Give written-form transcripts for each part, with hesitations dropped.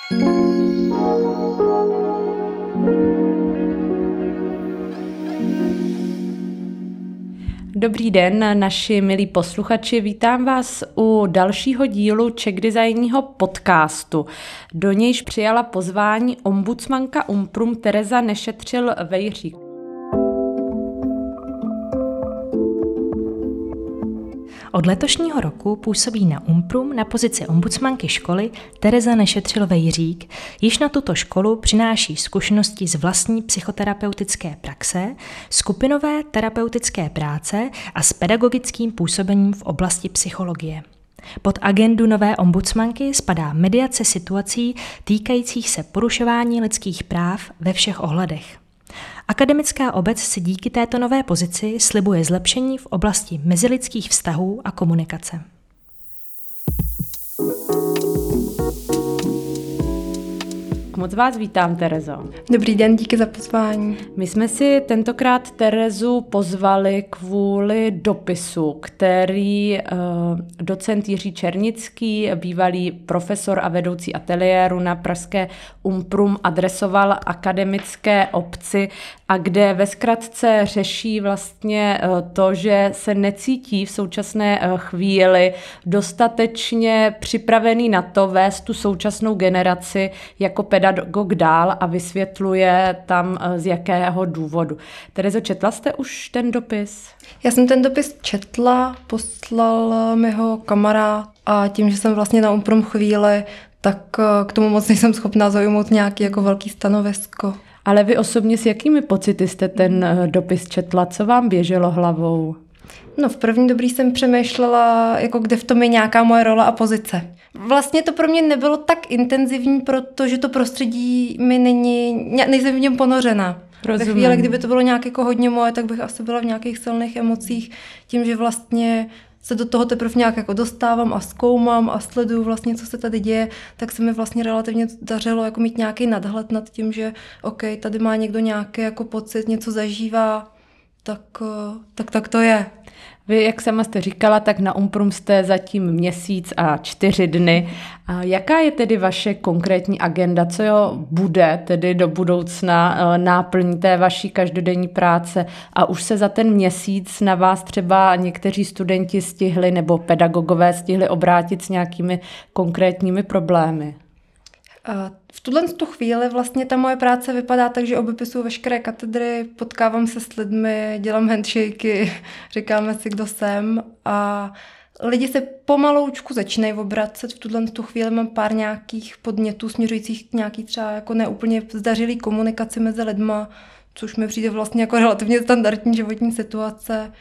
Dobrý den, naši milí posluchači, vítám vás u dalšího dílu Czech Designního podcastu. Do nějž přijala pozvání ombudsmanka Umprum Tereza Nešetřil-Vejřík. Od letošního roku působí na Umprum na pozici ombudsmanky školy Tereza Nešetřil-Vejřík. Již na tuto školu přináší zkušenosti z vlastní psychoterapeutické praxe, skupinové terapeutické práce a s pedagogickým působením v oblasti psychologie. Pod agendu nové ombudsmanky spadá mediace situací týkajících se porušování lidských práv ve všech ohledech. Akademická obec si díky této nové pozici slibuje zlepšení v oblasti mezilidských vztahů a komunikace. Moc vás vítám, Terezo. Dobrý den, díky za pozvání. My jsme si tentokrát Terezu pozvali kvůli dopisu, který docent Jiří Černický, bývalý profesor a vedoucí ateliéru na pražské Umprum, adresoval akademické obci a kde ve zkratce řeší vlastně to, že se necítí v současné chvíli dostatečně připravený na to vést tu současnou generaci jako pedagog dál a vysvětluje tam z jakého důvodu. Terezo, četla jste už ten dopis? Já jsem ten dopis četla, poslal mi ho kamarád a tím, že jsem vlastně na Umprum chvíli, tak k tomu moc nejsem schopná zaujmout nějaký jako velký stanovisko. Ale vy osobně s jakými pocity jste ten dopis četla? Co vám běželo hlavou? No, v první dobrý jsem přemýšlela, jako kde v tom je nějaká moje role a pozice. Vlastně to pro mě nebylo tak intenzivní, protože to prostředí mi nejsem v něm ponořena. Rozumím. Ve chvíli, kdyby to bylo nějak jako hodně moje, tak bych asi byla v nějakých silných emocích, tím, že vlastně se do toho teprve nějak jako dostávám a zkoumám a sleduju vlastně, co se tady děje, tak se mi vlastně relativně dařilo jako mít nějaký nadhled nad tím, že OK, tady má někdo nějaký jako pocit, něco zažívá, tak to je. Vy, jak sama jste říkala, tak na Umprum jste zatím měsíc a 4 dny. A jaká je tedy vaše konkrétní agenda? Co bude tedy do budoucna náplní té vaší každodenní práce? A už se za ten měsíc na vás třeba někteří studenti stihli nebo pedagogové stihli obrátit s nějakými konkrétními problémy? V tu chvíli vlastně ta moje práce vypadá tak, že obepisuju veškeré katedry, potkávám se s lidmi, dělám handshakey, říkáme si, kdo jsem a lidi se pomaloučku začínají obracet. V tu chvíli mám pár nějakých podnětů směřujících k nějaký třeba jako neúplně zdařilý komunikaci mezi lidma, což mi přijde vlastně jako relativně standardní životní situace.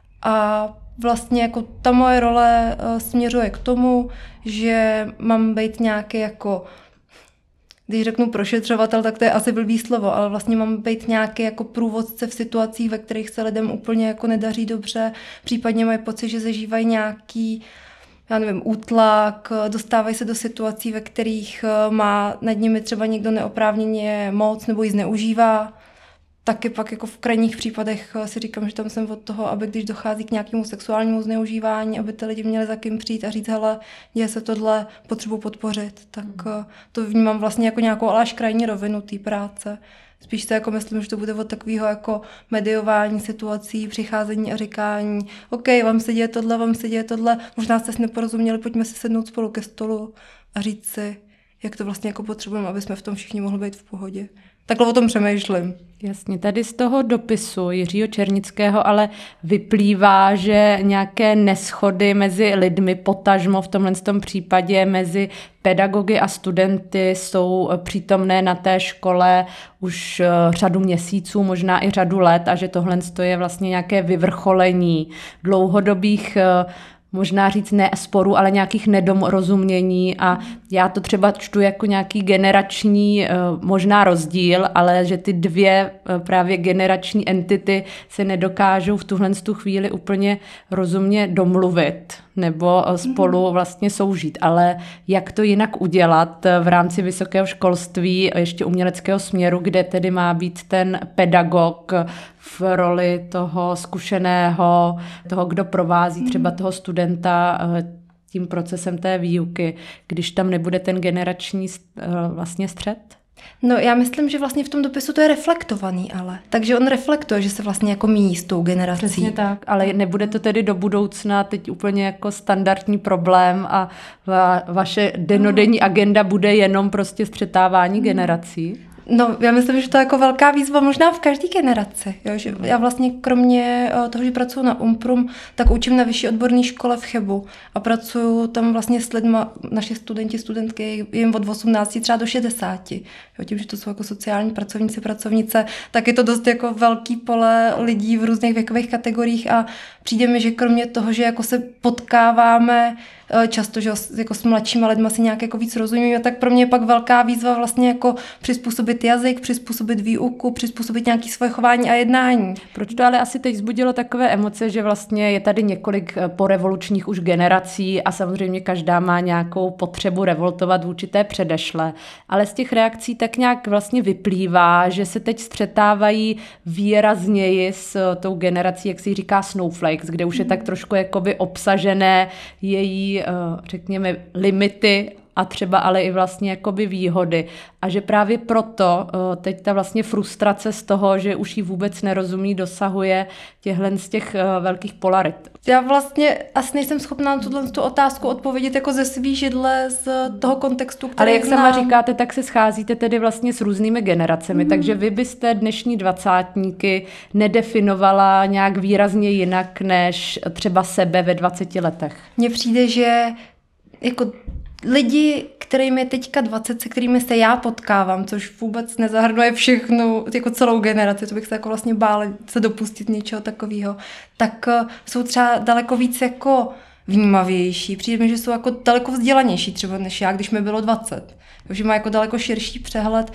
A vlastně jako ta moje role směřuje k tomu, že mám být nějaký jako, když řeknu prošetřovatel, tak to je asi blbý slovo, ale vlastně mám být nějaký jako průvodce v situacích, ve kterých se lidem úplně jako nedaří dobře, případně mají pocit, že zažívají nějaký, já nevím, útlak, dostávají se do situací, ve kterých má nad nimi třeba někdo neoprávněně moc nebo ji zneužívá. Taky pak jako v krajních případech si říkám, že tam jsem od toho, aby když dochází k nějakému sexuálnímu zneužívání, aby ty lidi měli za kým přijít a říct, hele, děje se tohle, potřebuji podpořit. Tak to vnímám vlastně jako nějakou ale až krajní rovinu té práce. Spíš se jako myslím, že to bude od takového jako mediování situací, přicházení a říkání, OK, vám se děje tohle, možná jste si neporozuměli, pojďme si sednout spolu ke stolu a říct si, jak to vlastně jako potřebujeme, aby jsme v tom všichni mohli být v pohodě. Takhle o tom přemýšlím. Jasně, tady z toho dopisu Jiřího Černického ale vyplývá, že nějaké neshody mezi lidmi, potažmo v tomhle případě mezi pedagogy a studenty jsou přítomné na té škole už řadu měsíců, možná i řadu let a že tohle je vlastně nějaké vyvrcholení dlouhodobých možná říct ne sporů, ale nějakých nedorozumění a já to třeba čtu jako nějaký generační možná rozdíl, ale že ty dvě právě generační entity se nedokážou v tuhle chvíli úplně rozumně domluvit nebo spolu vlastně soužít. Ale jak to jinak udělat v rámci vysokého školství, ještě uměleckého směru, kde tedy má být ten pedagog v roli toho zkušeného, toho, kdo provází třeba toho studenta tím procesem té výuky, když tam nebude ten generační vlastně střet? No já myslím, že vlastně v tom dopisu to je reflektovaný, ale. Takže on reflektuje, že se vlastně jako míjí s tou generací. Přesně tak, ale nebude to tedy do budoucna teď úplně jako standardní problém a vaše dennodenní agenda bude jenom prostě střetávání generací? No, já myslím, že to je jako velká výzva možná v každé generaci. Jo? Že já vlastně kromě toho, že pracuji na Umprum, tak učím na vyšší odborné škole v Chebu a pracuji tam vlastně s lidma, naši studenti, studentky, jim od 18 třeba do 60. Jo? Tím, že to jsou jako sociální pracovníci, pracovnice, tak je to dost jako velký pole lidí v různých věkových kategoriích a přijde mi, že kromě toho, že jako se potkáváme často, že jako s mladšíma lidma si nějak jako víc rozumíme, tak pro mě je pak velká výzva vlastně jako přizpůsobit jazyk, přizpůsobit výuku, přizpůsobit nějaké svoje chování a jednání. Proč to ale asi teď vzbudilo takové emoce, že vlastně je tady několik porevolučních už generací a samozřejmě každá má nějakou potřebu revoltovat vůči té předešlé, ale z těch reakcí tak nějak vlastně vyplývá, že se teď střetávají výrazněji s tou generací, jak si říká Snowflakes, kde už je tak trošku jakoby obsažené její, řekněme, limity a třeba ale i vlastně jakoby výhody. A že právě proto teď ta vlastně frustrace z toho, že už jí vůbec nerozumí, dosahuje z těch velkých polarit. Já vlastně asi nejsem schopná na tu otázku odpovědět jako ze svý židle, z toho kontextu, který ale jak znám. sama říkáte, tak se scházíte tedy vlastně s různými generacemi, takže vy byste dnešní dvacátníky nedefinovala nějak výrazně jinak než třeba sebe ve 20 letech. Mně přijde, že jako lidi, kterým je teďka 20, se kterými se já potkávám, což vůbec nezahrnuje všechno, jako celou generaci, to bych se jako vlastně bála se dopustit něčeho takového, tak jsou třeba daleko víc jako vnímavější. Přijde mi, že jsou jako daleko vzdělanější třeba než já, když mi bylo 20. Takže má jako daleko širší přehled.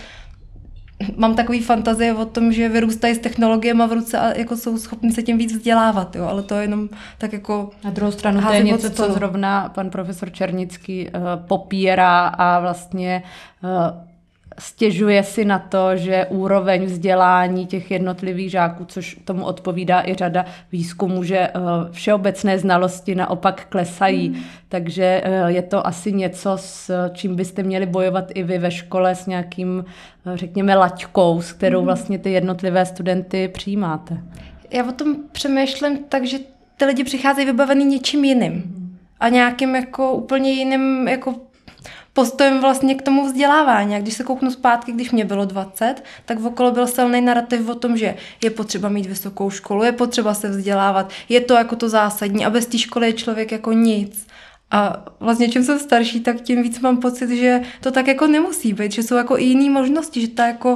Mám takový fantazie o tom, že vyrůstají s technologiemi v ruce a jako jsou schopni se tím víc vzdělávat, jo, ale to je jenom tak jako... Na druhou stranu to je něco, co zrovna pan profesor Černický popírá a vlastně stěžuje si na to, že úroveň vzdělání těch jednotlivých žáků, což tomu odpovídá i řada výzkumů, že všeobecné znalosti naopak klesají. Takže je to asi něco, s čím byste měli bojovat i vy ve škole s nějakým, řekněme, laťkou, s kterou vlastně ty jednotlivé studenty přijímáte. Já o tom přemýšlím tak, že ty lidi přicházejí vybavený něčím jiným a nějakým jako úplně jiným jako postojem vlastně k tomu vzdělávání. A když se kouknu zpátky, když mě bylo 20, tak okolo byl silný narrativ o tom, že je potřeba mít vysokou školu, je potřeba se vzdělávat, je to jako to zásadní a bez té školy je člověk jako nic. A vlastně čím jsem starší, tak tím víc mám pocit, že to tak jako nemusí být, že jsou jako i jiné možnosti, že to jako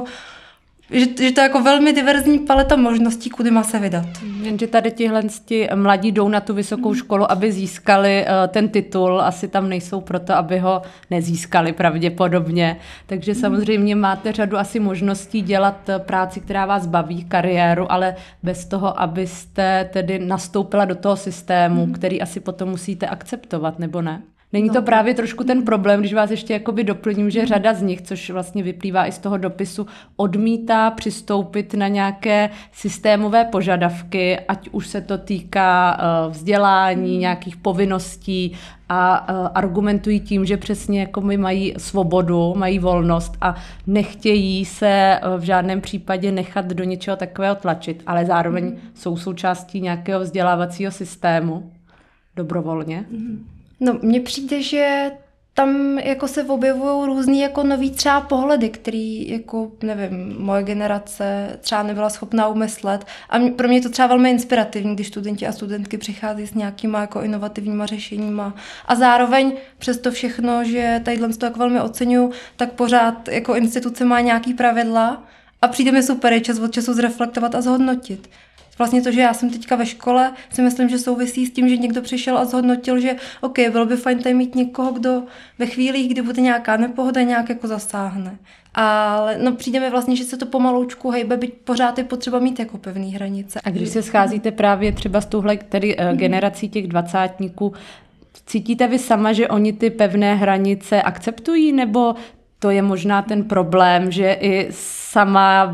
že to je jako velmi diverzní paleta možností, kudy má se vydat. Jenže tady ti mladí jdou na tu vysokou školu, aby získali ten titul, asi tam nejsou proto, aby ho nezískali pravděpodobně. Takže samozřejmě máte řadu asi možností dělat práci, která vás baví, kariéru, ale bez toho, abyste tedy nastoupila do toho systému, který asi potom musíte akceptovat, nebo ne? Není to právě trošku ten problém, když vás ještě jakoby doplním, že řada z nich, což vlastně vyplývá i z toho dopisu, odmítá přistoupit na nějaké systémové požadavky, ať už se to týká vzdělání, nějakých povinností a argumentují tím, že přesně jako my mají svobodu, mají volnost a nechtějí se v žádném případě nechat do něčeho takového tlačit, ale zároveň jsou součástí nějakého vzdělávacího systému dobrovolně. No, mně přijde, že tam jako se objevují různý jako nový třeba pohledy, který jako, nevím, moje generace třeba nebyla schopná umyslet. A pro mě je to třeba velmi inspirativní, když studenti a studentky přichází s nějakýma jako inovativníma řešeníma. A zároveň přes to všechno, že tadyhle to jako velmi oceňuju, tak pořád jako instituce má nějaký pravidla a přijde mi super je čas od času zreflektovat a zhodnotit. Vlastně to, že já jsem teďka ve škole, si myslím, že souvisí s tím, že někdo přišel a zhodnotil, že OK, bylo by fajn tady mít někoho, kdo ve chvílích, kdy bude nějaká nepohoda, nějak jako zasáhne. Ale no, přijde mi vlastně, že se to pomaloučku hejbe, byť pořád je potřeba mít jako pevný hranice. A když se scházíte právě třeba s touhle generací těch dvacátníků, cítíte vy sama, že oni ty pevné hranice akceptují, nebo to je možná ten problém, že i sama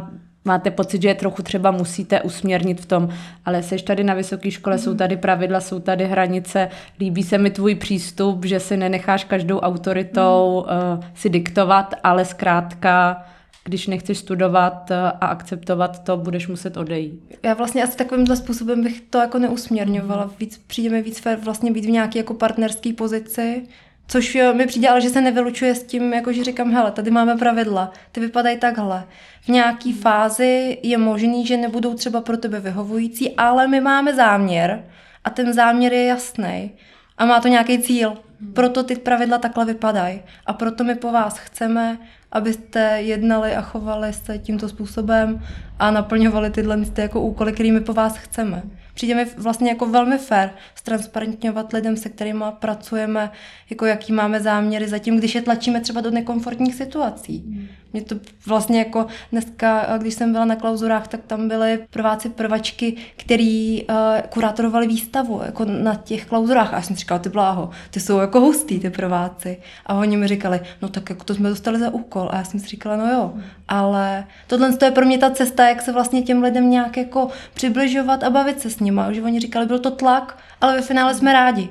máte pocit, že je trochu třeba musíte usměrnit v tom, ale seš tady na vysoké škole, jsou tady pravidla, jsou tady hranice, líbí se mi tvůj přístup, že si nenecháš každou autoritou si diktovat, ale zkrátka, když nechceš studovat a akceptovat to, budeš muset odejít. Já vlastně asi takovýmhle způsobem bych to jako neusměrňovala. Přijde mi víc fér vlastně být v nějaké jako partnerské pozici, což mi přijde, ale že se nevylučuje s tím, jako že říkám, hele, tady máme pravidla, ty vypadají takhle. V nějaké fázi je možný, že nebudou třeba pro tebe vyhovující, ale my máme záměr a ten záměr je jasný a má to nějaký cíl. Proto ty pravidla takhle vypadají a proto my po vás chceme, abyste jednali a chovali se tímto způsobem a naplňovali tyhle jako úkoly, kterými po vás chceme. Přijde mi vlastně jako velmi fér ztransparentňovat lidem, se kterými pracujeme, jako jaký máme záměry zatím, když je tlačíme třeba do nekomfortních situací. Mě to vlastně jako dneska, když jsem byla na klauzurách, tak tam byly prváci, prvačky, který kurátorovali výstavu jako na těch klauzurách. A já jsem říkala, ty bláho, ty jsou jako hustý, ty prváci. A oni mi říkali, no tak jako to jsme dostali za úkol. A já jsem si říkala, no jo, ale tohle je pro mě ta cesta, jak se vlastně těm lidem nějak jako přibližovat a bavit se s nima. Že oni říkali, byl to tlak, ale ve finále jsme rádi.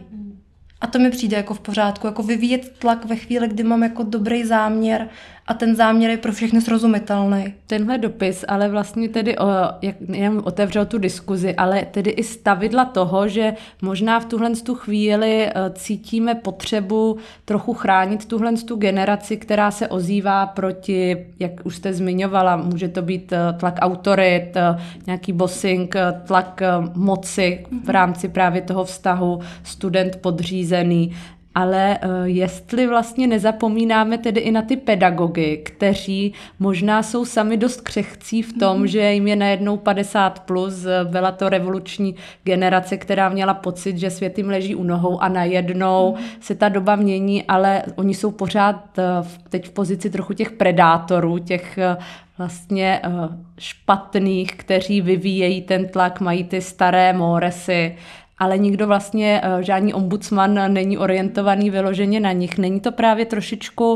A to mi přijde jako v pořádku, jako vyvíjet tlak ve chvíli, kdy mám jako dobrý záměr a ten záměr je pro všechny srozumitelný. Tenhle dopis ale vlastně tedy jen otevřel tu diskuzi, ale tedy i stavidla toho, že možná v tuhle chvíli cítíme potřebu trochu chránit tuhle generaci, která se ozývá proti, jak už jste zmiňovala, může to být tlak autorit, nějaký bossing, tlak moci v rámci právě toho vztahu student podřízený. Ale jestli vlastně nezapomínáme tedy i na ty pedagogy, kteří možná jsou sami dost křehcí v tom, že jim je najednou 50+, byla to revoluční generace, která měla pocit, že svět jim leží u nohou a najednou se ta doba mění, ale oni jsou pořád teď v pozici trochu těch predátorů, těch vlastně špatných, kteří vyvíjejí ten tlak, mají ty staré móresy, ale nikdo vlastně, žádný ombudsman není orientovaný vyloženě na nich. Není to právě trošičku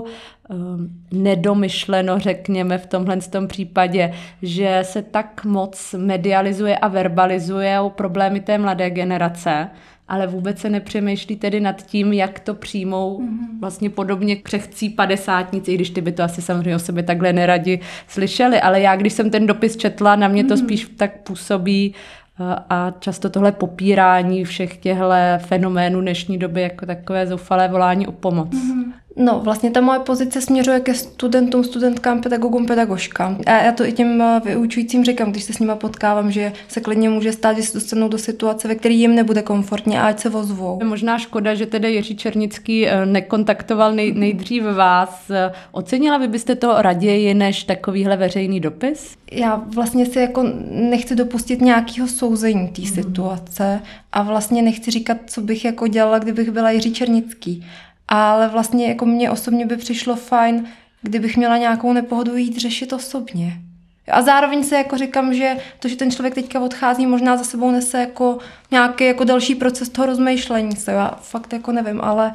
nedomyšleno, řekněme, v tomhle případě, že se tak moc medializuje a verbalizuje o problémy té mladé generace, ale vůbec se nepřemýšlí tedy nad tím, jak to přijmou vlastně podobně křehcí padesátníci, i když ty by to asi samozřejmě o sebe takhle neradi slyšeli, ale já, když jsem ten dopis četla, na mě to spíš tak působí a často tohle popírání všech těchto fenoménů dnešní doby jako takové zoufalé volání o pomoc. No, vlastně ta moje pozice směřuje ke studentům, studentkám, pedagogům, pedagožkám. A já to i těm vyučujícím říkám, když se s nima potkávám, že se klidně může stát, že se dostanou do situace, ve které jim nebude komfortně a ať se ozvou. Možná škoda, že tedy Jiří Černický nekontaktoval nejdřív vás. Ocenila vy byste to raději než takovýhle veřejný dopis? Já vlastně si jako nechci dopustit nějakého souzení té situace a vlastně nechci říkat, co bych jako dělala, kdybych byla Jiří Černický. Ale vlastně jako mně osobně by přišlo fajn, kdybych měla nějakou nepohodu jít řešit osobně. A zároveň se jako říkám, že to, že ten člověk teďka odchází, možná za sebou nese jako nějaký jako další proces toho rozmýšlení se. Já fakt jako nevím, ale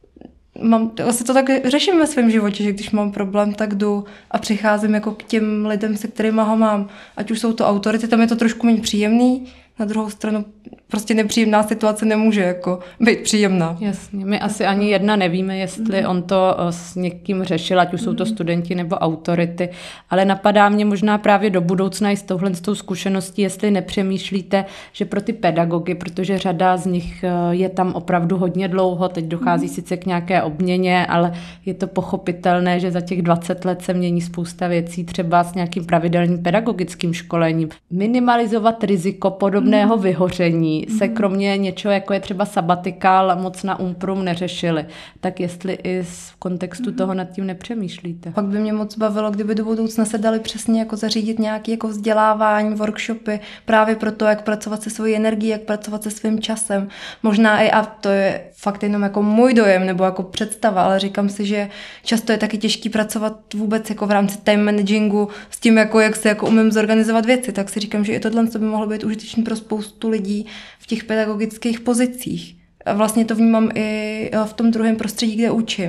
vlastně to tak řeším ve svém životě, že když mám problém, tak jdu a přicházím jako k těm lidem, se kterými ho mám. Ať už jsou to autority, tam je to trošku méně příjemný, na druhou stranu prostě nepříjemná situace nemůže jako být příjemná. Jasně, my asi ani jedna nevíme, jestli on to s někým řešil, ať už jsou to studenti nebo autority, ale napadá mě možná právě do budoucna i s tou zkušeností, jestli nepřemýšlíte, že pro ty pedagogy, protože řada z nich je tam opravdu hodně dlouho, teď dochází sice k nějaké obměně, ale je to pochopitelné, že za těch 20 let se mění spousta věcí, třeba s nějakým pravidelným pedagogickým školením. Minimalizovat riziko podobného vyhoření se kromě něčeho, jako je třeba sabatikál, moc na Umprum neřešili. Tak jestli i v kontextu toho nad tím nepřemýšlíte. Pak by mě moc bavilo, kdyby do budoucna se dali přesně jako zařídit nějaké jako vzdělávání, workshopy, právě pro to, jak pracovat se svojí energií, jak pracovat se svým časem. Možná i, a to je fakt jenom jako můj dojem nebo jako představa, ale říkám si, že často je taky těžký pracovat vůbec jako v rámci time managingu s tím, jako jak se jako umím zorganizovat věci, tak si říkám, že i tohle by mohlo být užitečné pro spoustu lidí v těch pedagogických pozicích. A vlastně to vnímám i v tom druhém prostředí, kde učím.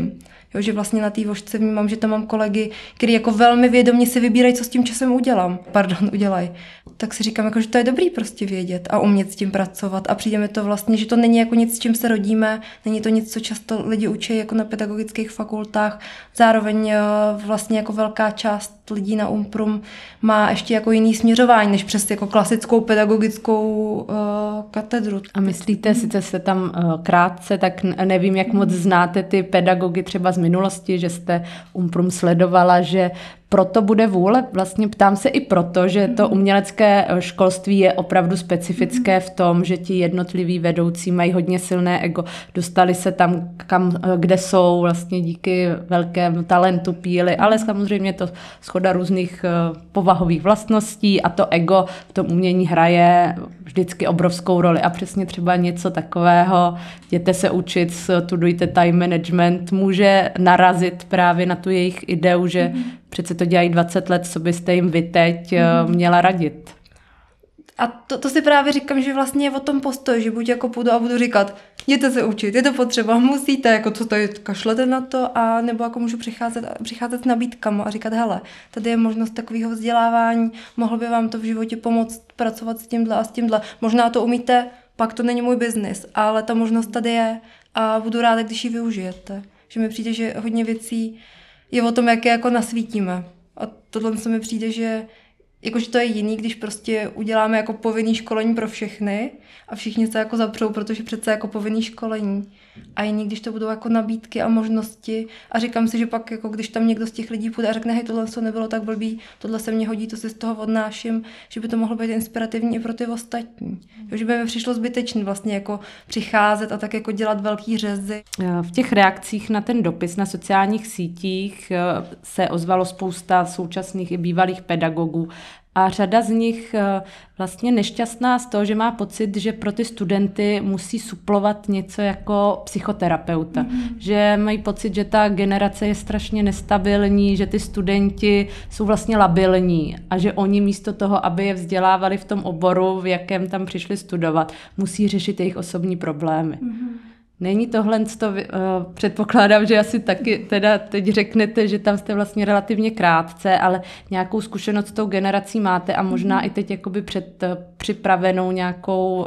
Jo, že vlastně na té vožce vnímám, že tam mám kolegy, kteří jako velmi vědomě si vybírají, co s tím časem udělají. Tak si říkám, jako, že to je dobrý prostě vědět a umět s tím pracovat. A přijde mi to vlastně, že to není jako nic, s čím se rodíme, není to nic, co často lidi učí jako na pedagogických fakultách. Zároveň vlastně jako velká část lidí na Umprum má ještě jako jiný směřování, než přes jako klasickou pedagogickou katedru. A myslíte, sice se tam krátce, tak nevím, jak moc znáte ty pedagogy třeba z minulosti, že jste Umprum sledovala, že proto bude vůle, vlastně ptám se i proto, že to umělecké školství je opravdu specifické v tom, že ti jednotliví vedoucí mají hodně silné ego, dostali se tam, kde jsou vlastně díky velkému talentu, píli, ale samozřejmě to shoda různých povahových vlastností a to ego v tom umění hraje vždycky obrovskou roli a přesně třeba něco takového, jděte se učit, studujte time management, může narazit právě na tu jejich ideu, že přece to dělají 20 let, co byste jim vy teď měla radit. A to si právě říkám, že vlastně je o tom postoj, že buď jako půjdu a budu říkat, jděte se učit, je to potřeba, musíte, jako co tady kašlete na to, a nebo jako můžu přicházet s nabídkama a říkat, hele, tady je možnost takového vzdělávání, mohlo by vám to v životě pomoct pracovat s tímhle a s tímhle. Možná to umíte, pak to není můj biznis, ale ta možnost tady je a budu ráda, když ji využijete. Že mi přijde, že hodně věcí je o tom, jak je jako nasvítíme. A tohle mi přijde, že jakože to je jiný, když prostě uděláme jako povinný školení pro všechny a všichni se jako zapřou, protože přece jako povinný školení. A jiný, když to budou jako nabídky a možnosti. A říkám si, že pak, jako když tam někdo z těch lidí půjde a řekne, hej, tohle to nebylo tak blbý, tohle se mně hodí, to si z toho odnáším, že by to mohlo být inspirativní i pro ty ostatní. Že by mi přišlo zbytečné vlastně jako přicházet a tak jako dělat velký řezy. V těch reakcích na ten dopis na sociálních sítích se ozvalo spousta současných i bývalých pedagogů. A řada z nich vlastně nešťastná z toho, že má pocit, že pro ty studenty musí suplovat něco jako psychoterapeuta. Že mají pocit, že ta generace je strašně nestabilní, že ty studenti jsou vlastně labilní a že oni místo toho, aby je vzdělávali v tom oboru, v jakém tam přišli studovat, musí řešit jejich osobní problémy. Není tohle, předpokládám, že asi taky teda teď řeknete, že tam jste vlastně relativně krátce, ale nějakou zkušenost s tou generací máte a možná i teď jakoby připravenou nějakou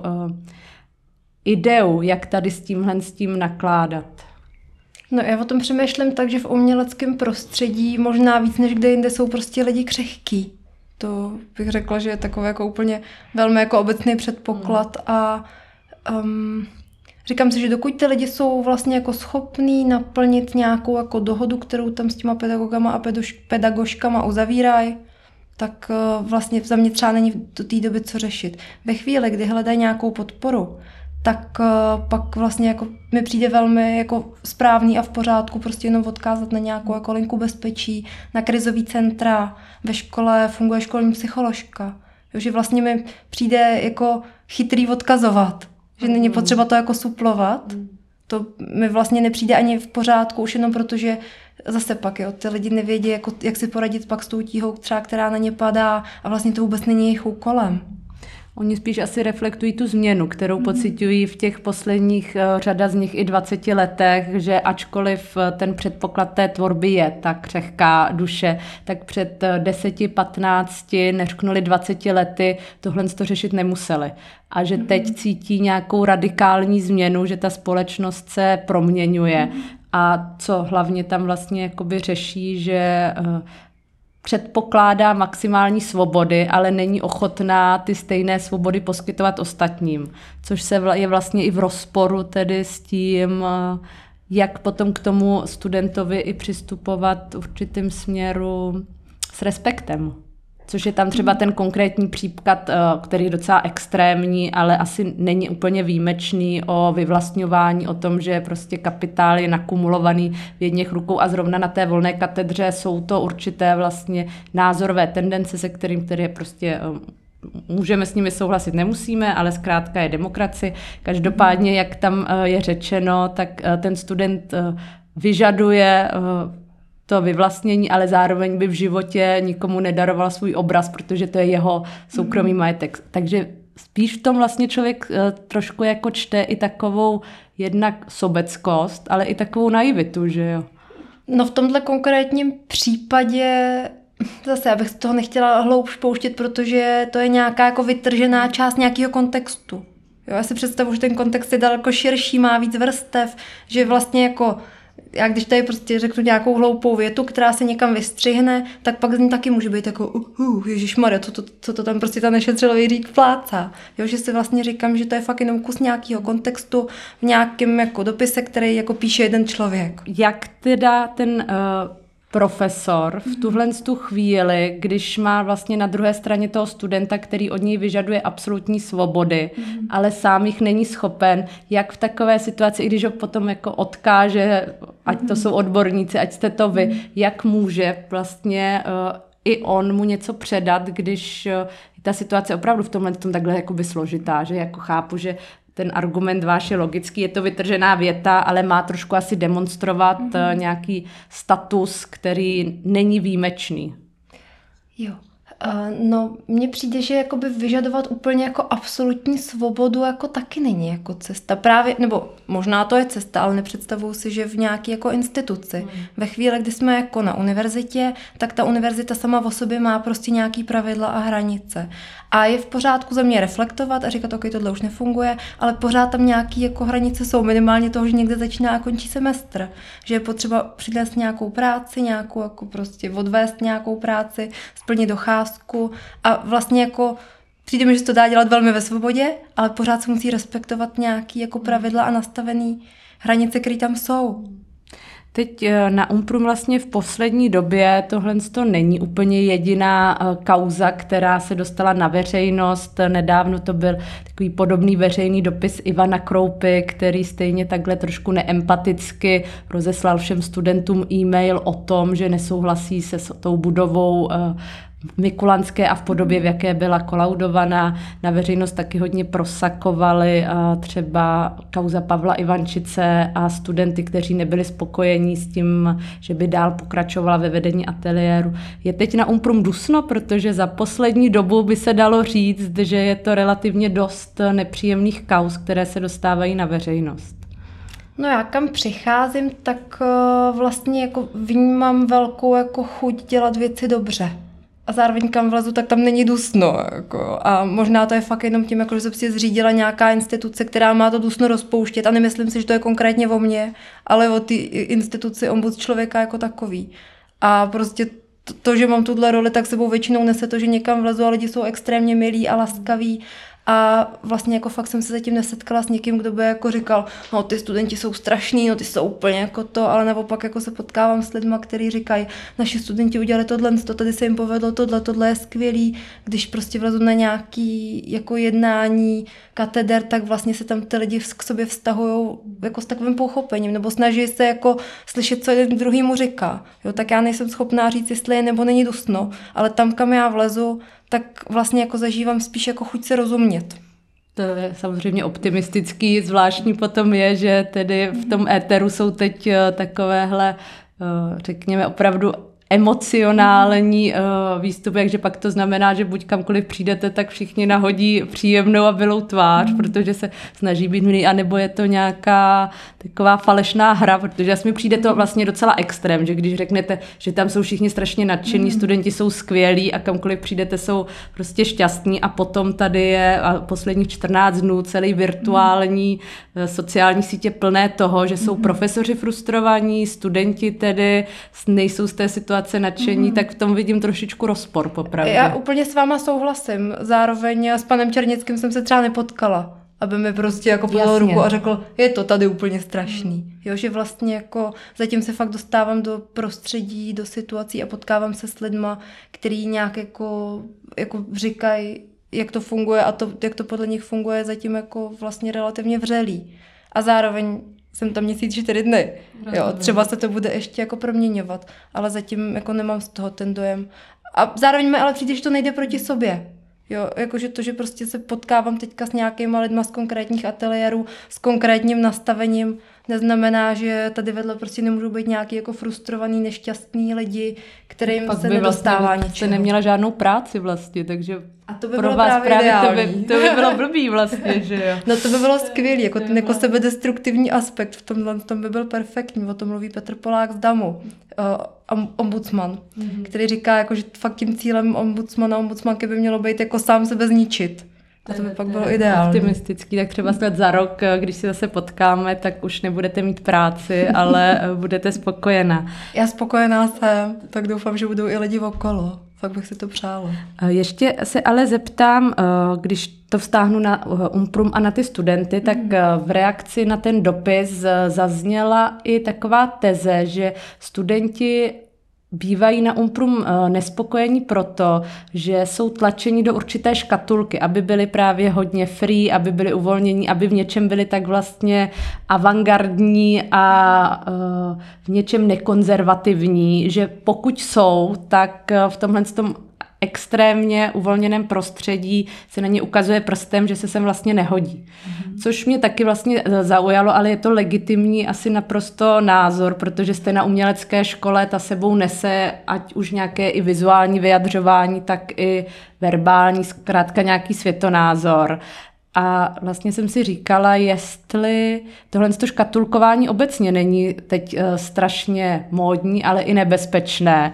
ideu, jak tady s tím nakládat. No já o tom přemýšlím tak, že v uměleckém prostředí možná víc než kde jinde jsou prostě lidi křehký. To bych řekla, že je takový jako úplně velmi jako obecný předpoklad a říkám si, že dokud ty lidi jsou vlastně jako schopní naplnit nějakou jako dohodu, kterou tam s těma pedagogama a pedagožkama uzavírají, tak vlastně za mě třeba není do té doby co řešit. Ve chvíli, kdy hledají nějakou podporu, tak pak vlastně jako mi přijde velmi jako správný a v pořádku prostě jenom odkázat na nějakou jako linku bezpečí, na krizový centra, ve škole funguje školní psycholožka. Že vlastně mi přijde jako chytrý odkazovat. Že není potřeba to jako suplovat. To mi vlastně nepřijde ani v pořádku, už jenom protože zase pak ty lidi nevědí, jako, jak si poradit pak s tou tíhou, třeba, která na ně padá a vlastně to vůbec není jejich úkolem. Oni spíš asi reflektují tu změnu, kterou pociťují v těch posledních řada z nich i 20 letech, že ačkoliv ten předpoklad té tvorby je ta křehká duše, tak před 10, 15, neřknuli 20 lety tohle to řešit nemuseli. A že teď cítí nějakou radikální změnu, že ta společnost se proměňuje. A co hlavně tam vlastně jakoby řeší, že předpokládá maximální svobody, ale není ochotná ty stejné svobody poskytovat ostatním. Což je vlastně i v rozporu tedy s tím, jak potom k tomu studentovi i přistupovat v určitým směru s respektem. Což je tam třeba ten konkrétní příklad, který je docela extrémní, ale asi není úplně výjimečný, o vyvlastňování, o tom, že prostě kapitál je nakumulovaný v jedněch rukou a zrovna na té volné katedře jsou to určité vlastně názorové tendence, se kterým tedy prostě můžeme s nimi souhlasit, nemusíme, ale zkrátka je demokracie. Každopádně, jak tam je řečeno, tak ten student vyžaduje to vyvlastnění, ale zároveň by v životě nikomu nedaroval svůj obraz, protože to je jeho soukromý majetek. Takže spíš v tom vlastně člověk trošku jako čte i takovou jednak sobeckost, ale i takovou naivitu, že jo. No v tomhle konkrétním případě zase, abych z toho nechtěla hloubš pouštět, protože to je nějaká jako vytržená část nějakého kontextu. Jo, já si představuji, že ten kontext je daleko širší, má víc vrstev, že vlastně jako já když tady prostě řeknu nějakou hloupou větu, která se někam vystřihne, tak pak z ní taky může být jako ježišmarja, co to tam prostě ta nešetřilový řík plácá. Jo, že si vlastně říkám, že to je fakt jenom kus nějakého kontextu v nějakém jako dopise, který jako píše jeden člověk. Jak teda ten profesor v tu chvíli, když má vlastně na druhé straně toho studenta, který od něj vyžaduje absolutní svobody, ale sám jich není schopen, jak v takové situaci, i když ho potom jako odkáže, ať to jsou odborníci, ať jste to vy, jak může vlastně i on mu něco předat, když ta situace opravdu v tomhle takhle jakoby složitá, že jako chápu, že ten argument váš je logický, je to vytržená věta, ale má trošku asi demonstrovat nějaký status, který není výjimečný. Jo. No, mně přijde, že jakoby vyžadovat úplně jako absolutní svobodu jako taky není jako cesta. Právě, nebo možná to je cesta, ale nepředstavuju si, že v nějaké jako instituci. Ve chvíli, kdy jsme jako na univerzitě, tak ta univerzita sama o sobě má prostě nějaký pravidla a hranice. A je v pořádku za mě reflektovat a říkat, ok, tohle už nefunguje, ale pořád tam nějaký jako hranice jsou, minimálně toho, že někde začíná a končí semestr. Že je potřeba přinést nějakou práci, nějakou jako prostě odvést nějakou práci, splnit docházku a vlastně jako přijde mi, že se to dá dělat velmi ve svobodě, ale pořád se musí respektovat nějaký jako pravidla a nastavený hranice, které tam jsou. Teď na Umprum vlastně v poslední době tohle není úplně jediná kauza, která se dostala na veřejnost. Nedávno to byl takový podobný veřejný dopis Ivana Kroupy, který stejně takhle trošku neempaticky rozeslal všem studentům e-mail o tom, že nesouhlasí se s tou budovou Mikulanské a v podobě, v jaké byla kolaudovaná. Na veřejnost taky hodně prosakovali třeba kauza Pavla Ivančice a studenty, kteří nebyli spokojení s tím, že by dál pokračovala ve vedení ateliéru. Je teď na Umprum dusno, protože za poslední dobu by se dalo říct, že je to relativně dost nepříjemných kauz, které se dostávají na veřejnost. No já kam přicházím, tak vlastně jako vnímám velkou jako chuť dělat věci dobře. A zároveň kam vlezu, tak tam není dusno. Jako. A možná to je fakt jenom tím, jako, že se prostě zřídila nějaká instituce, která má to dusno rozpouštět. A nemyslím si, že to je konkrétně o mně, ale o ty instituci ombudsčlověka jako takový. A prostě to, že mám tuhle roli, tak sebou většinou nese to, že někam vlezu a lidi jsou extrémně milí a laskaví. A vlastně jako fakt jsem se zatím nesetkala s někým, kdo by jako říkal, no ty studenti jsou strašný, no ty jsou úplně jako to, ale naopak jako se potkávám s lidma, kteří říkají, naši studenti udělali tohle, tady se jim povedlo tohle je skvělý. Když prostě vlezu na nějaký jako jednání kateder, tak vlastně se tam ty lidi k sobě vztahujou jako s takovým pochopením, nebo snaží se jako slyšet, co jeden druhýmu říká. Jo, tak já nejsem schopná říct, jestli je nebo není dusno, ale tam, kam já vlezu, tak vlastně jako zažívám spíš jako chuť se rozumět. To je samozřejmě optimistický, zvláštní potom je, že tedy v tom éteru jsou teď takovéhle, řekněme, opravdu emocionální výstupy, takže pak to znamená, že buď kamkoliv přijdete, tak všichni nahodí příjemnou a bylou tvář, protože se snaží být milí, anebo je to nějaká taková falešná hra, protože asi mi přijde to vlastně docela extrém, že když řeknete, že tam jsou všichni strašně nadšení, studenti jsou skvělí a kamkoliv přijdete, jsou prostě šťastní a potom tady je posledních 14 dnů celý virtuální sociální sítě plné toho, že jsou profesoři frustrovaní, studenti tedy nejsou z té situace nadšení, tak v tom vidím trošičku rozpor, popravdě. Já úplně s váma souhlasím. Zároveň s panem Černickým jsem se třeba nepotkala, aby mi prostě jako podal ruku a řekl, je to tady úplně strašný. Jo, že vlastně jako zatím se fakt dostávám do prostředí, do situací a potkávám se s lidma, který nějak jako říkají, jak to funguje a to, jak to podle nich funguje, zatím jako vlastně relativně vřelý. A zároveň jsem tam měsíc 4 dny. Jo, třeba se to bude ještě jako proměňovat, ale zatím jako nemám z toho ten dojem. A zároveň mi ale přijde, že to nejde proti sobě. Jo, jakože to, že prostě se potkávám teďka s nějakýma lidma z konkrétních ateliérů, s konkrétním nastavením, neznamená, že tady vedle prostě nemůžou být nějaký jako frustrovaný, nešťastný lidi, kterým pak se by nedostává vlastně ničeho. neměla žádnou práci vlastně, takže A to by pro bylo vás právě ideální. To by bylo blbý vlastně, že jo. No to by bylo skvělý, jako ten jako sebedestruktivní aspekt v tom by byl perfektní. O tom mluví Petr Polák z DAMu, ombudsman, který říká, jako, že fakt tím cílem ombudsmanky by mělo být jako sám sebe zničit. A to by pak bylo ideální. Optimistický, tak třeba snad za rok, když se zase potkáme, tak už nebudete mít práci, ale budete spokojená. Já spokojená jsem, tak doufám, že budou i lidi okolo. Fakt bych si to přála. Ještě se ale zeptám, když to vztáhnu na Umprum a na ty studenty, tak v reakci na ten dopis zazněla i taková teze, že studenti bývají na Umprum nespokojení proto, že jsou tlačeni do určité škatulky, aby byli právě hodně free, aby byli uvolnění, aby v něčem byli tak vlastně avantgardní a v něčem nekonzervativní, že pokud jsou, tak v tomhle tom extrémně uvolněném prostředí se na ně ukazuje prstem, že se sem vlastně nehodí. Což mě taky vlastně zaujalo, ale je to legitimní asi naprosto názor, protože jste na umělecké škole, ta sebou nese ať už nějaké i vizuální vyjadřování, tak i verbální, zkrátka nějaký světonázor. A vlastně jsem si říkala, jestli tohle škatulkování obecně není teď strašně módní, ale i nebezpečné.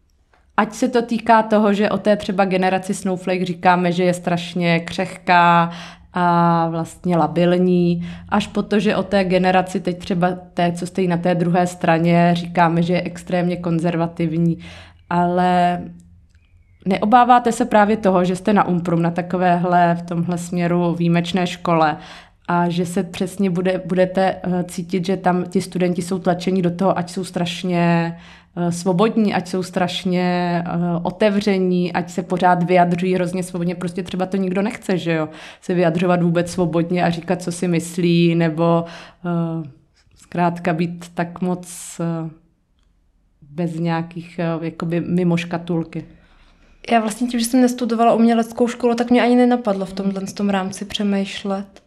Ať se to týká toho, že o té třeba generaci Snowflake říkáme, že je strašně křehká a vlastně labilní, až po to, že o té generaci teď třeba té, co stojí na té druhé straně, říkáme, že je extrémně konzervativní. Ale neobáváte se právě toho, že jste na Umprum, na takovéhle v tomhle směru výjimečné škole a že se přesně budete cítit, že tam ti studenti jsou tlačeni do toho, ať jsou strašně svobodní, ať jsou strašně otevření, ať se pořád vyjadřují hrozně svobodně. Prostě třeba to nikdo nechce, že jo? Se vyjadřovat vůbec svobodně a říkat, co si myslí, nebo zkrátka být tak moc bez nějakých jakoby mimo škatulky. Já vlastně tím, že jsem nestudovala uměleckou školu, tak mě ani nenapadlo v tom rámci přemýšlet.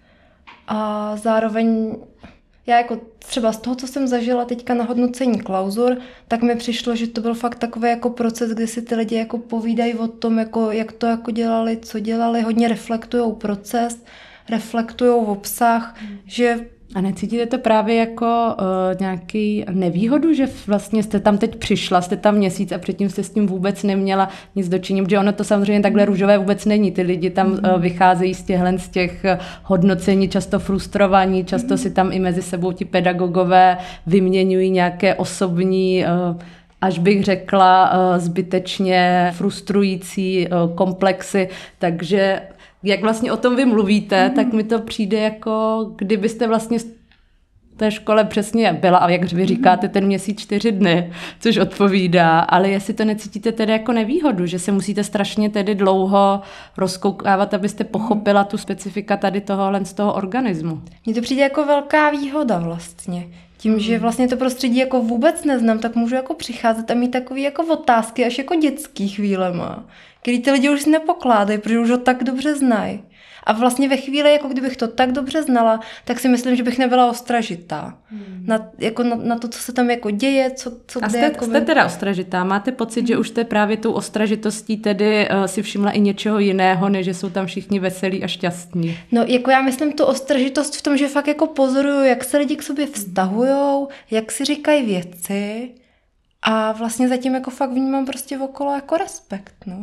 A zároveň já jako třeba z toho, co jsem zažila teďka na hodnocení klauzur, tak mi přišlo, že to byl fakt takový jako proces, kdy si ty lidi jako povídají o tom, jako, jak to jako dělali, co dělali, hodně reflektujou proces, reflektujou obsah, že... A necítíte to právě jako nějaký nevýhodu, že vlastně jste tam teď přišla, jste tam měsíc a předtím jste s tím vůbec neměla nic dočinění, protože ono to samozřejmě takhle růžové vůbec není. Ty lidi tam vycházejí z těch hodnocení, často frustrovaní, často si tam i mezi sebou ti pedagogové vyměňují nějaké osobní až bych řekla zbytečně frustrující komplexy, takže jak vlastně o tom vy mluvíte, tak mi to přijde jako, kdybyste vlastně v té škole přesně byla, a jak vy říkáte, ten měsíc 4 dny, což odpovídá, ale jestli to necítíte tedy jako nevýhodu, že se musíte strašně tedy dlouho rozkoukávat, abyste pochopila tu specifika tady tohohle z toho organismu. Mně to přijde jako velká výhoda vlastně. Tím, že vlastně to prostředí jako vůbec neznám, tak můžu jako přicházet a mít takové jako otázky až jako dětský chvílema, který ty lidi už si nepokládají, protože už ho tak dobře znají. A vlastně ve chvíli, jako kdybych to tak dobře znala, tak si myslím, že bych nebyla ostražitá. Na to, co se tam jako děje, co a jste teda ostražitá. Máte pocit, že už jste právě tou ostražitostí tedy si všimla i něčeho jiného, než že jsou tam všichni veselí a šťastní? No, jako já myslím tu ostražitost v tom, že fakt jako pozoruju, jak se lidi k sobě vztahujou, jak si říkají věci a vlastně zatím jako fakt vnímám prostě okolo jako respekt, no.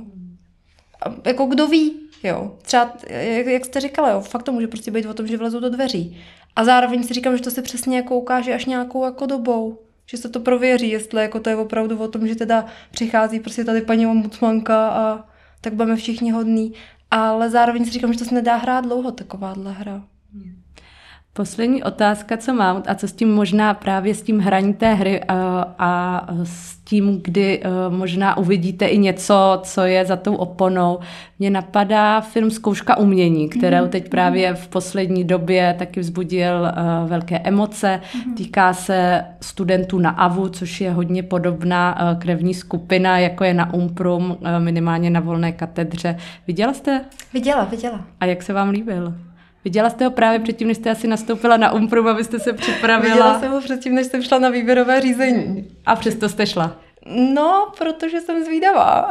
A jako kdo ví, jo. Třeba, jak jste říkala, jo, fakt to může prostě být o tom, že vlezou do dveří. A zároveň si říkám, že to se přesně jako ukáže až nějakou jako dobou. Že se to prověří, jestli jako to je opravdu o tom, že teda přichází prostě tady paní ombudsmanka a tak budeme všichni hodný. Ale zároveň si říkám, že to se nedá hrát dlouho, takováhle hra. Poslední otázka, co mám, a co s tím možná právě s tím hraní té hry a s tím, kdy možná uvidíte i něco, co je za tou oponou. Mně napadá film Zkouška umění, kterou teď právě v poslední době taky vzbudil velké emoce. Týká se studentů na AVU, což je hodně podobná krevní skupina, jako je na Umprum, minimálně na Volné katedře. Viděla jste? Viděla. A jak se vám líbil? Viděla jste ho právě předtím, než jste asi nastoupila na Umprum, abyste se připravila? Viděla jsem ho předtím, než jsem šla na výběrové řízení. A přesto jste šla? No, protože jsem zvídavá.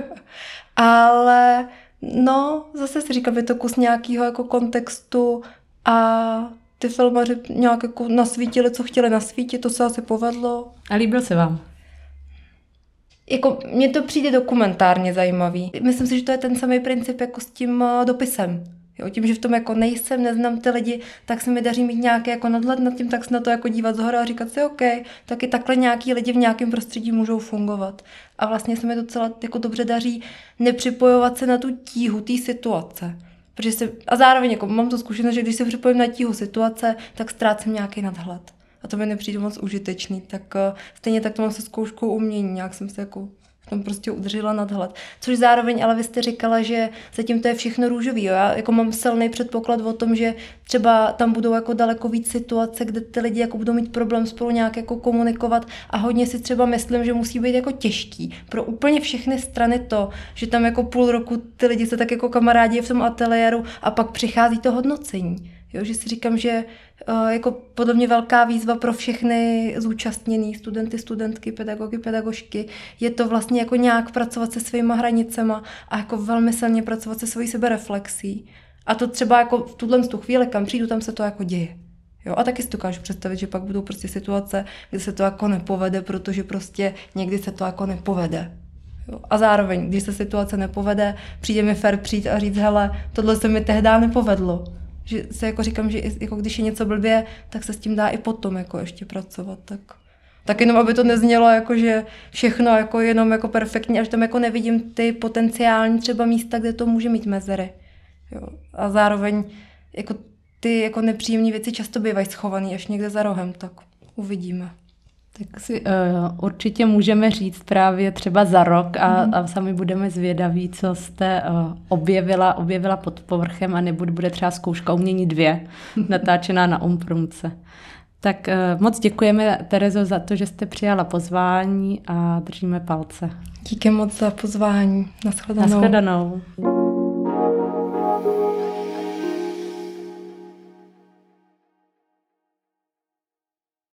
Ale no, zase si říkám, je to kus nějakého jako kontextu a ty filmaři nějak jako nasvítili, co chtěli nasvítit, to se asi povedlo. A líbil se vám? Jako, mně to přijde dokumentárně zajímavý. Myslím si, že to je ten samý princip jako s tím dopisem. Jo, tím, že v tom jako nejsem, neznám ty lidi, tak se mi daří mít nějaký jako nadhled nad tím, tak se na to jako dívat zhora a říkat si, OK, taky takhle nějaký lidi v nějakém prostředí můžou fungovat. A vlastně se mi docela jako dobře daří nepřipojovat se na tu tíhu té situace. A zároveň jako mám tu zkušenost, že když se připojím na tíhu situace, tak ztrácím nějaký nadhled. A to mi nepřijde moc užitečný. Tak stejně tak to mám se zkouškou umění, nějak jsem se jako v tom prostě udržela nadhled. Což zároveň, ale vy jste říkala, že zatím to je všechno růžový. Jo? Já jako mám silný předpoklad o tom, že třeba tam budou jako daleko víc situace, kde ty lidi jako budou mít problém spolu nějak jako komunikovat a hodně si třeba myslím, že musí být jako těžký pro úplně všechny strany to, že tam jako půl roku ty lidi se tak jako kamarádí v tom ateliéru a pak přichází to hodnocení. Jo, že si říkám, že jako podle mě velká výzva pro všechny zúčastněný studenty, studentky, pedagogy, pedagožky je to vlastně jako nějak pracovat se svýma hranicema a jako velmi silně pracovat se svojí sebereflexí. A to třeba jako v tuhle chvíli, kam přijdu, tam se to jako děje. Jo, a taky si dokážu představit, že pak budou prostě situace, kde se to jako nepovede, protože prostě někdy se to jako nepovede. Jo, a zároveň, když se situace nepovede, přijde mi fér přijít a říct, hele, tohle se mi tehdy nepovedlo. Že se jako říkám, že jako když je něco blbě, tak se s tím dá i potom jako ještě pracovat. Tak jenom, aby to neznělo jako, že všechno jako jenom jako perfektní, až tam jako nevidím ty potenciální třeba místa, kde to může mít mezery. Jo. A zároveň jako ty jako nepříjemné věci často bývají schované až někde za rohem, tak uvidíme. Tak si určitě můžeme říct právě třeba za rok a sami budeme zvědaví, co jste objevila pod povrchem a bude třeba Zkouška umění 2 natáčená na Umprumce. Tak moc děkujeme, Terezo, za to, že jste přijala pozvání a držíme palce. Díky moc za pozvání. Nashledanou. Nashledanou.